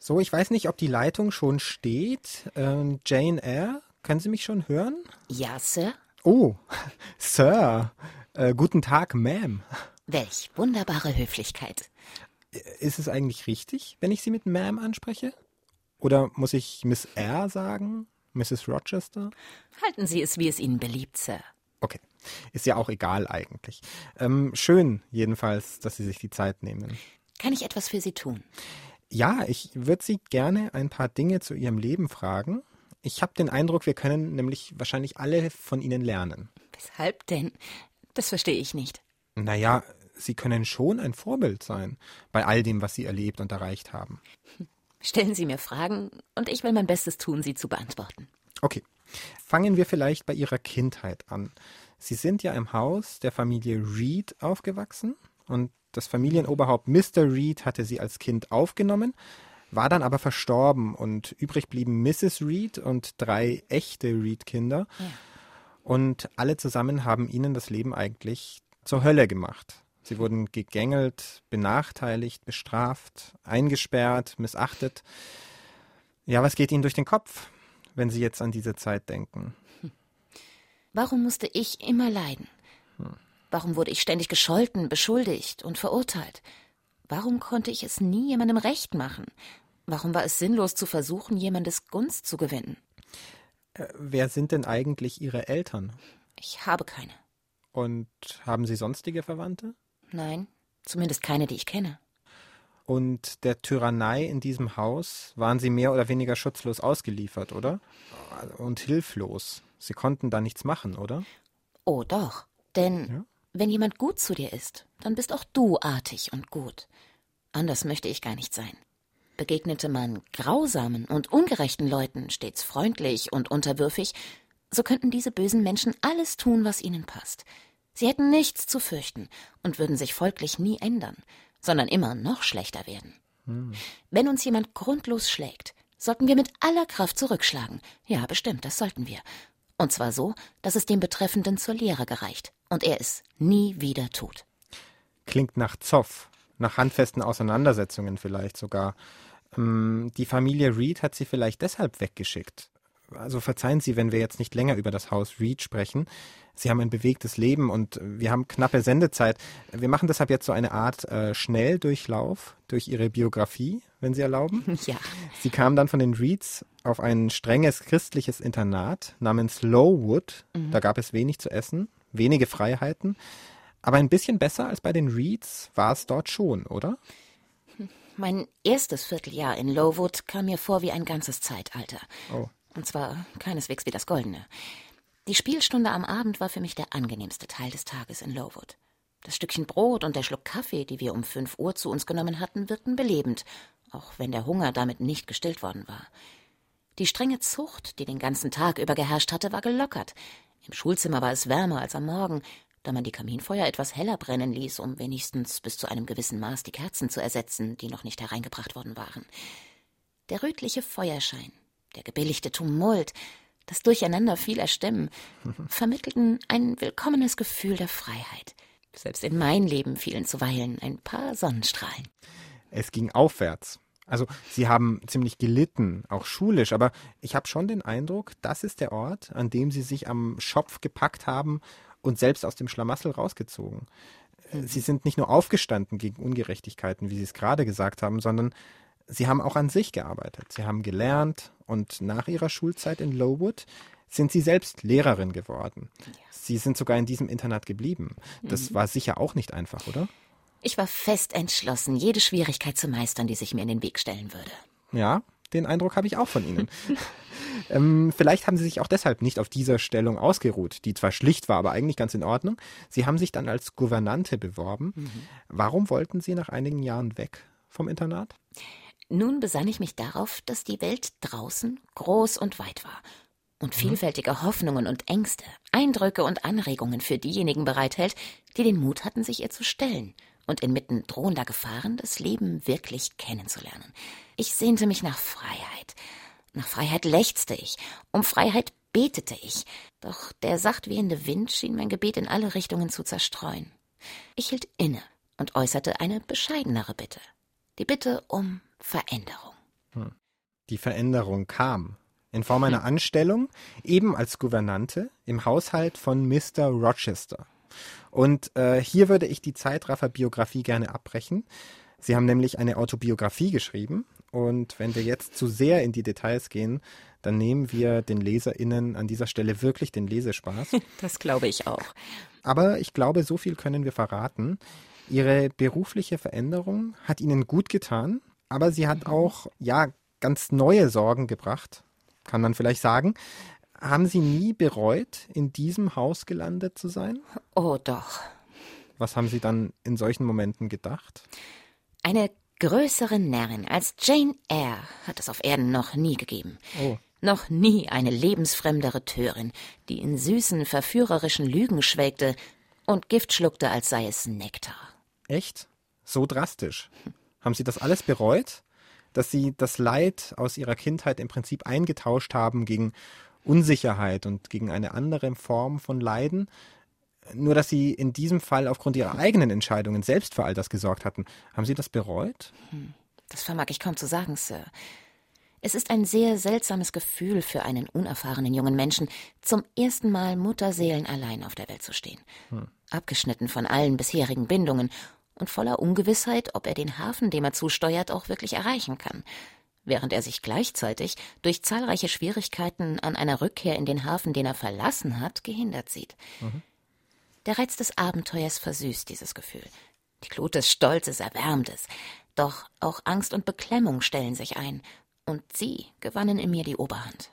So, ich weiß nicht, ob die Leitung schon steht. Jane Eyre, können Sie mich schon hören? Ja, Sir? Oh, Sir. Guten Tag, Ma'am. Welch wunderbare Höflichkeit. Ist es eigentlich richtig, wenn ich Sie mit Ma'am anspreche? Oder muss ich Miss Eyre sagen? Mrs. Rochester? Halten Sie es, wie es Ihnen beliebt, Sir. Okay, ist ja auch egal eigentlich. Schön jedenfalls, dass Sie sich die Zeit nehmen. Kann ich etwas für Sie tun? Ja, ich würde Sie gerne ein paar Dinge zu Ihrem Leben fragen. Ich habe den Eindruck, wir können nämlich wahrscheinlich alle von Ihnen lernen. Weshalb denn? Das verstehe ich nicht. Naja, Sie können schon ein Vorbild sein bei all dem, was Sie erlebt und erreicht haben. Stellen Sie mir Fragen und ich will mein Bestes tun, sie zu beantworten. Okay, fangen wir vielleicht bei Ihrer Kindheit an. Sie sind ja im Haus der Familie Reed aufgewachsen und das Familienoberhaupt Mr. Reed hatte Sie als Kind aufgenommen, war dann aber verstorben und übrig blieben Mrs. Reed und 3 echte Reed-Kinder. Ja. Und alle zusammen haben Ihnen das Leben eigentlich zur Hölle gemacht. Sie wurden gegängelt, benachteiligt, bestraft, eingesperrt, missachtet. Ja, was geht Ihnen durch den Kopf, wenn Sie jetzt an diese Zeit denken? Warum musste ich immer leiden? Warum wurde ich ständig gescholten, beschuldigt und verurteilt? Warum konnte ich es nie jemandem recht machen? Warum war es sinnlos zu versuchen, jemandes Gunst zu gewinnen? Wer sind denn eigentlich Ihre Eltern? Ich habe keine. Und haben Sie sonstige Verwandte? Nein, zumindest keine, die ich kenne. Und der Tyrannei in diesem Haus waren Sie mehr oder weniger schutzlos ausgeliefert, oder? Und hilflos. Sie konnten da nichts machen, oder? Oh doch, denn Ja? wenn jemand gut zu dir ist, dann bist auch du artig und gut. Anders möchte ich gar nicht sein. Begegnete man grausamen und ungerechten Leuten stets freundlich und unterwürfig, so könnten diese bösen Menschen alles tun, was ihnen passt. Sie hätten nichts zu fürchten und würden sich folglich nie ändern, sondern immer noch schlechter werden. Wenn uns jemand grundlos schlägt, sollten wir mit aller Kraft zurückschlagen. Ja, bestimmt, das sollten wir. Und zwar so, dass es dem Betreffenden zur Lehre gereicht und er es nie wieder tut. Klingt nach Zoff, nach handfesten Auseinandersetzungen vielleicht sogar. Die Familie Reed hat Sie vielleicht deshalb weggeschickt. Also verzeihen Sie, wenn wir jetzt nicht länger über das Haus Reed sprechen. Sie haben ein bewegtes Leben und wir haben knappe Sendezeit. Wir machen deshalb jetzt so eine Art Schnelldurchlauf durch Ihre Biografie, wenn Sie erlauben. Ja. Sie kamen dann von den Reeds auf ein strenges christliches Internat namens Lowood. Da gab es wenig zu essen, wenige Freiheiten. Aber ein bisschen besser als bei den Reeds war es dort schon, oder? Mein erstes Vierteljahr in Lowood kam mir vor wie ein ganzes Zeitalter. Oh. Und zwar keineswegs wie das Goldene. Die Spielstunde am Abend war für mich der angenehmste Teil des Tages in Lowood. Das Stückchen Brot und der Schluck Kaffee, die wir um 5 Uhr zu uns genommen hatten, wirkten belebend, auch wenn der Hunger damit nicht gestillt worden war. Die strenge Zucht, die den ganzen Tag über geherrscht hatte, war gelockert. Im Schulzimmer war es wärmer als am Morgen, da man die Kaminfeuer etwas heller brennen ließ, um wenigstens bis zu einem gewissen Maß die Kerzen zu ersetzen, die noch nicht hereingebracht worden waren. Der rötliche Feuerschein, der gebilligte Tumult, das Durcheinander vieler Stimmen vermittelten ein willkommenes Gefühl der Freiheit. Selbst in mein Leben fielen zuweilen ein paar Sonnenstrahlen. Es ging aufwärts. Also Sie haben ziemlich gelitten, auch schulisch, aber ich habe schon den Eindruck, das ist der Ort, an dem Sie sich am Schopf gepackt haben und selbst aus dem Schlamassel rausgezogen. Sie sind nicht nur aufgestanden gegen Ungerechtigkeiten, wie Sie es gerade gesagt haben, sondern Sie haben auch an sich gearbeitet. Sie haben gelernt und nach Ihrer Schulzeit in Lowood sind Sie selbst Lehrerin geworden. Ja. Sie sind sogar in diesem Internat geblieben. Das war sicher auch nicht einfach, oder? Ich war fest entschlossen, jede Schwierigkeit zu meistern, die sich mir in den Weg stellen würde. Ja, den Eindruck habe ich auch von Ihnen. Vielleicht haben Sie sich auch deshalb nicht auf dieser Stellung ausgeruht, die zwar schlicht war, aber eigentlich ganz in Ordnung. Sie haben sich dann als Gouvernante beworben. Warum wollten Sie nach einigen Jahren weg vom Internat? Nun besann ich mich darauf, dass die Welt draußen groß und weit war und vielfältige Hoffnungen und Ängste, Eindrücke und Anregungen für diejenigen bereithält, die den Mut hatten, sich ihr zu stellen und inmitten drohender Gefahren das Leben wirklich kennenzulernen. Ich sehnte mich nach Freiheit. Nach Freiheit lechzte ich, um Freiheit betete ich. Doch der sacht wehende Wind schien mein Gebet in alle Richtungen zu zerstreuen. Ich hielt inne und äußerte eine bescheidenere Bitte. Die Bitte um Veränderung. Die Veränderung kam in Form einer Anstellung, eben als Gouvernante im Haushalt von Mr. Rochester. Und hier würde ich die Zeitraffer-Biografie gerne abbrechen. Sie haben nämlich eine Autobiografie geschrieben. Und wenn wir jetzt zu sehr in die Details gehen, dann nehmen wir den LeserInnen an dieser Stelle wirklich den Lesespaß. Das glaube ich auch. Aber ich glaube, so viel können wir verraten. Ihre berufliche Veränderung hat Ihnen gut getan, aber sie hat auch, ganz neue Sorgen gebracht, kann man vielleicht sagen. Haben Sie nie bereut, in diesem Haus gelandet zu sein? Oh doch. Was haben Sie dann in solchen Momenten gedacht? Eine größere Närrin als Jane Eyre hat es auf Erden noch nie gegeben. Oh. Noch nie eine lebensfremdere Törin, die in süßen, verführerischen Lügen schwelgte und Gift schluckte, als sei es Nektar. Echt? So drastisch? Haben Sie das alles bereut? Dass Sie das Leid aus Ihrer Kindheit im Prinzip eingetauscht haben gegen Unsicherheit und gegen eine andere Form von Leiden? Nur, dass Sie in diesem Fall aufgrund Ihrer eigenen Entscheidungen selbst für all das gesorgt hatten. Haben Sie das bereut? Das vermag ich kaum zu sagen, Sir. Es ist ein sehr seltsames Gefühl für einen unerfahrenen jungen Menschen, zum ersten Mal mutterseelenallein auf der Welt zu stehen. Abgeschnitten von allen bisherigen Bindungen und voller Ungewissheit, ob er den Hafen, dem er zusteuert, auch wirklich erreichen kann, während er sich gleichzeitig durch zahlreiche Schwierigkeiten an einer Rückkehr in den Hafen, den er verlassen hat, gehindert sieht. Der Reiz des Abenteuers versüßt dieses Gefühl. Die Glut des Stolzes erwärmt es. Doch auch Angst und Beklemmung stellen sich ein. Und sie gewannen in mir die Oberhand.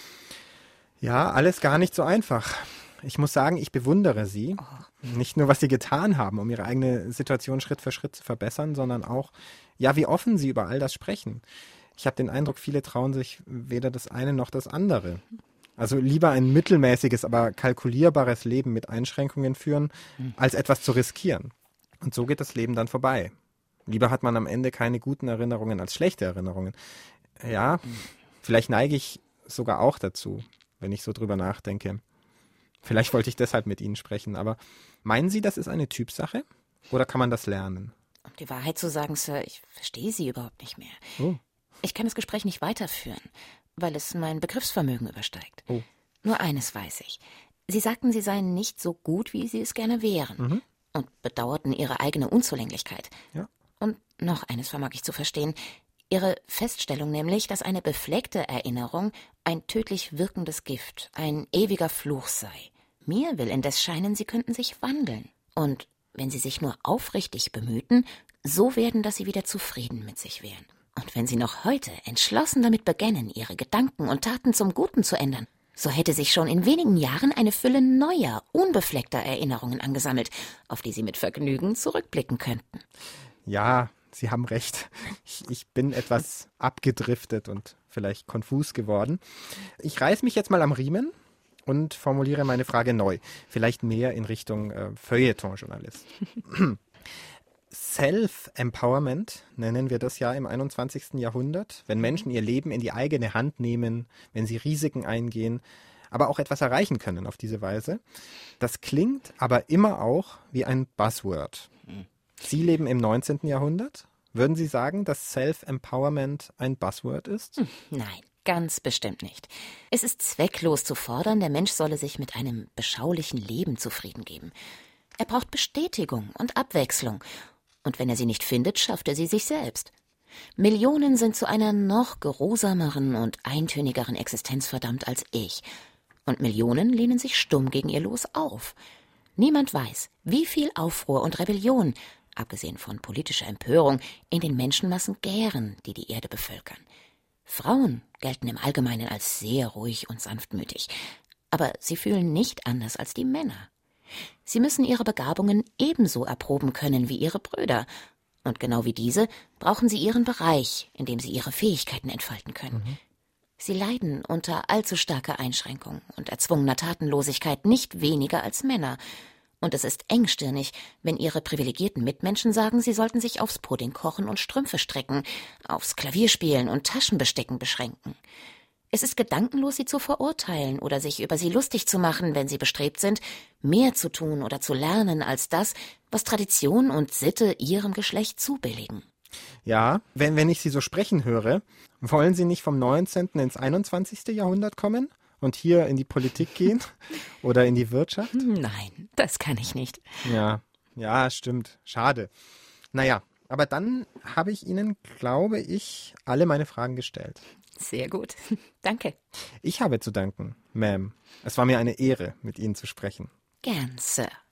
Ja, alles gar nicht so einfach. Ich muss sagen, ich bewundere Sie. Nicht nur, was Sie getan haben, um Ihre eigene Situation Schritt für Schritt zu verbessern, sondern auch, wie offen Sie über all das sprechen. Ich habe den Eindruck, viele trauen sich weder das eine noch das andere. Also lieber ein mittelmäßiges, aber kalkulierbares Leben mit Einschränkungen führen, als etwas zu riskieren. Und so geht das Leben dann vorbei. Lieber hat man am Ende keine guten Erinnerungen als schlechte Erinnerungen. Ja, vielleicht neige ich sogar auch dazu, wenn ich so drüber nachdenke. Vielleicht wollte ich deshalb mit Ihnen sprechen, aber meinen Sie, das ist eine Typsache? Oder kann man das lernen? Um die Wahrheit zu sagen, Sir, ich verstehe Sie überhaupt nicht mehr. Oh. Ich kann das Gespräch nicht weiterführen, weil es mein Begriffsvermögen übersteigt. Oh. Nur eines weiß ich. Sie sagten, Sie seien nicht so gut, wie Sie es gerne wären. Und bedauerten Ihre eigene Unzulänglichkeit. Ja. Und noch eines vermag ich zu verstehen. Ihre Feststellung nämlich, dass eine befleckte Erinnerung ein tödlich wirkendes Gift, ein ewiger Fluch sei. Mir will indes scheinen, Sie könnten sich wandeln. Und wenn Sie sich nur aufrichtig bemühten, so werden, dass Sie wieder zufrieden mit sich wären. Und wenn Sie noch heute entschlossen damit begännen, Ihre Gedanken und Taten zum Guten zu ändern, so hätte sich schon in wenigen Jahren eine Fülle neuer, unbefleckter Erinnerungen angesammelt, auf die Sie mit Vergnügen zurückblicken könnten. Ja, Sie haben recht. Ich bin etwas abgedriftet und vielleicht konfus geworden. Ich reiß mich jetzt mal am Riemen und formuliere meine Frage neu. Vielleicht mehr in Richtung Feuilleton-Journalist. Self-Empowerment nennen wir das ja im 21. Jahrhundert, wenn Menschen ihr Leben in die eigene Hand nehmen, wenn sie Risiken eingehen, aber auch etwas erreichen können auf diese Weise. Das klingt aber immer auch wie ein Buzzword. Sie leben im 19. Jahrhundert. Würden Sie sagen, dass Self-Empowerment ein Buzzword ist? Nein, ganz bestimmt nicht. Es ist zwecklos zu fordern, der Mensch solle sich mit einem beschaulichen Leben zufrieden geben. Er braucht Bestätigung und Abwechslung. Und wenn er sie nicht findet, schafft er sie sich selbst. Millionen sind zu einer noch geruhsameren und eintönigeren Existenz verdammt als ich. Und Millionen lehnen sich stumm gegen ihr Los auf. Niemand weiß, wie viel Aufruhr und Rebellion, abgesehen von politischer Empörung, in den Menschenmassen gären, die die Erde bevölkern. Frauen gelten im Allgemeinen als sehr ruhig und sanftmütig, aber sie fühlen nicht anders als die Männer. Sie müssen ihre Begabungen ebenso erproben können wie ihre Brüder, und genau wie diese brauchen sie ihren Bereich, in dem sie ihre Fähigkeiten entfalten können. Sie leiden unter allzu starker Einschränkung und erzwungener Tatenlosigkeit nicht weniger als Männer. Und es ist engstirnig, wenn ihre privilegierten Mitmenschen sagen, sie sollten sich aufs Pudding kochen und Strümpfe stricken, aufs Klavierspielen und Taschenbestecken beschränken. Es ist gedankenlos, sie zu verurteilen oder sich über sie lustig zu machen, wenn sie bestrebt sind, mehr zu tun oder zu lernen als das, was Tradition und Sitte ihrem Geschlecht zubilligen. Ja, wenn ich Sie so sprechen höre, wollen Sie nicht vom 19. ins 21. Jahrhundert kommen und hier in die Politik gehen oder in die Wirtschaft? Nein, das kann ich nicht. Ja, stimmt. Schade. Naja, aber dann habe ich Ihnen, glaube ich, alle meine Fragen gestellt. Sehr gut. Danke. Ich habe zu danken, Ma'am. Es war mir eine Ehre, mit Ihnen zu sprechen. Gern, Sir.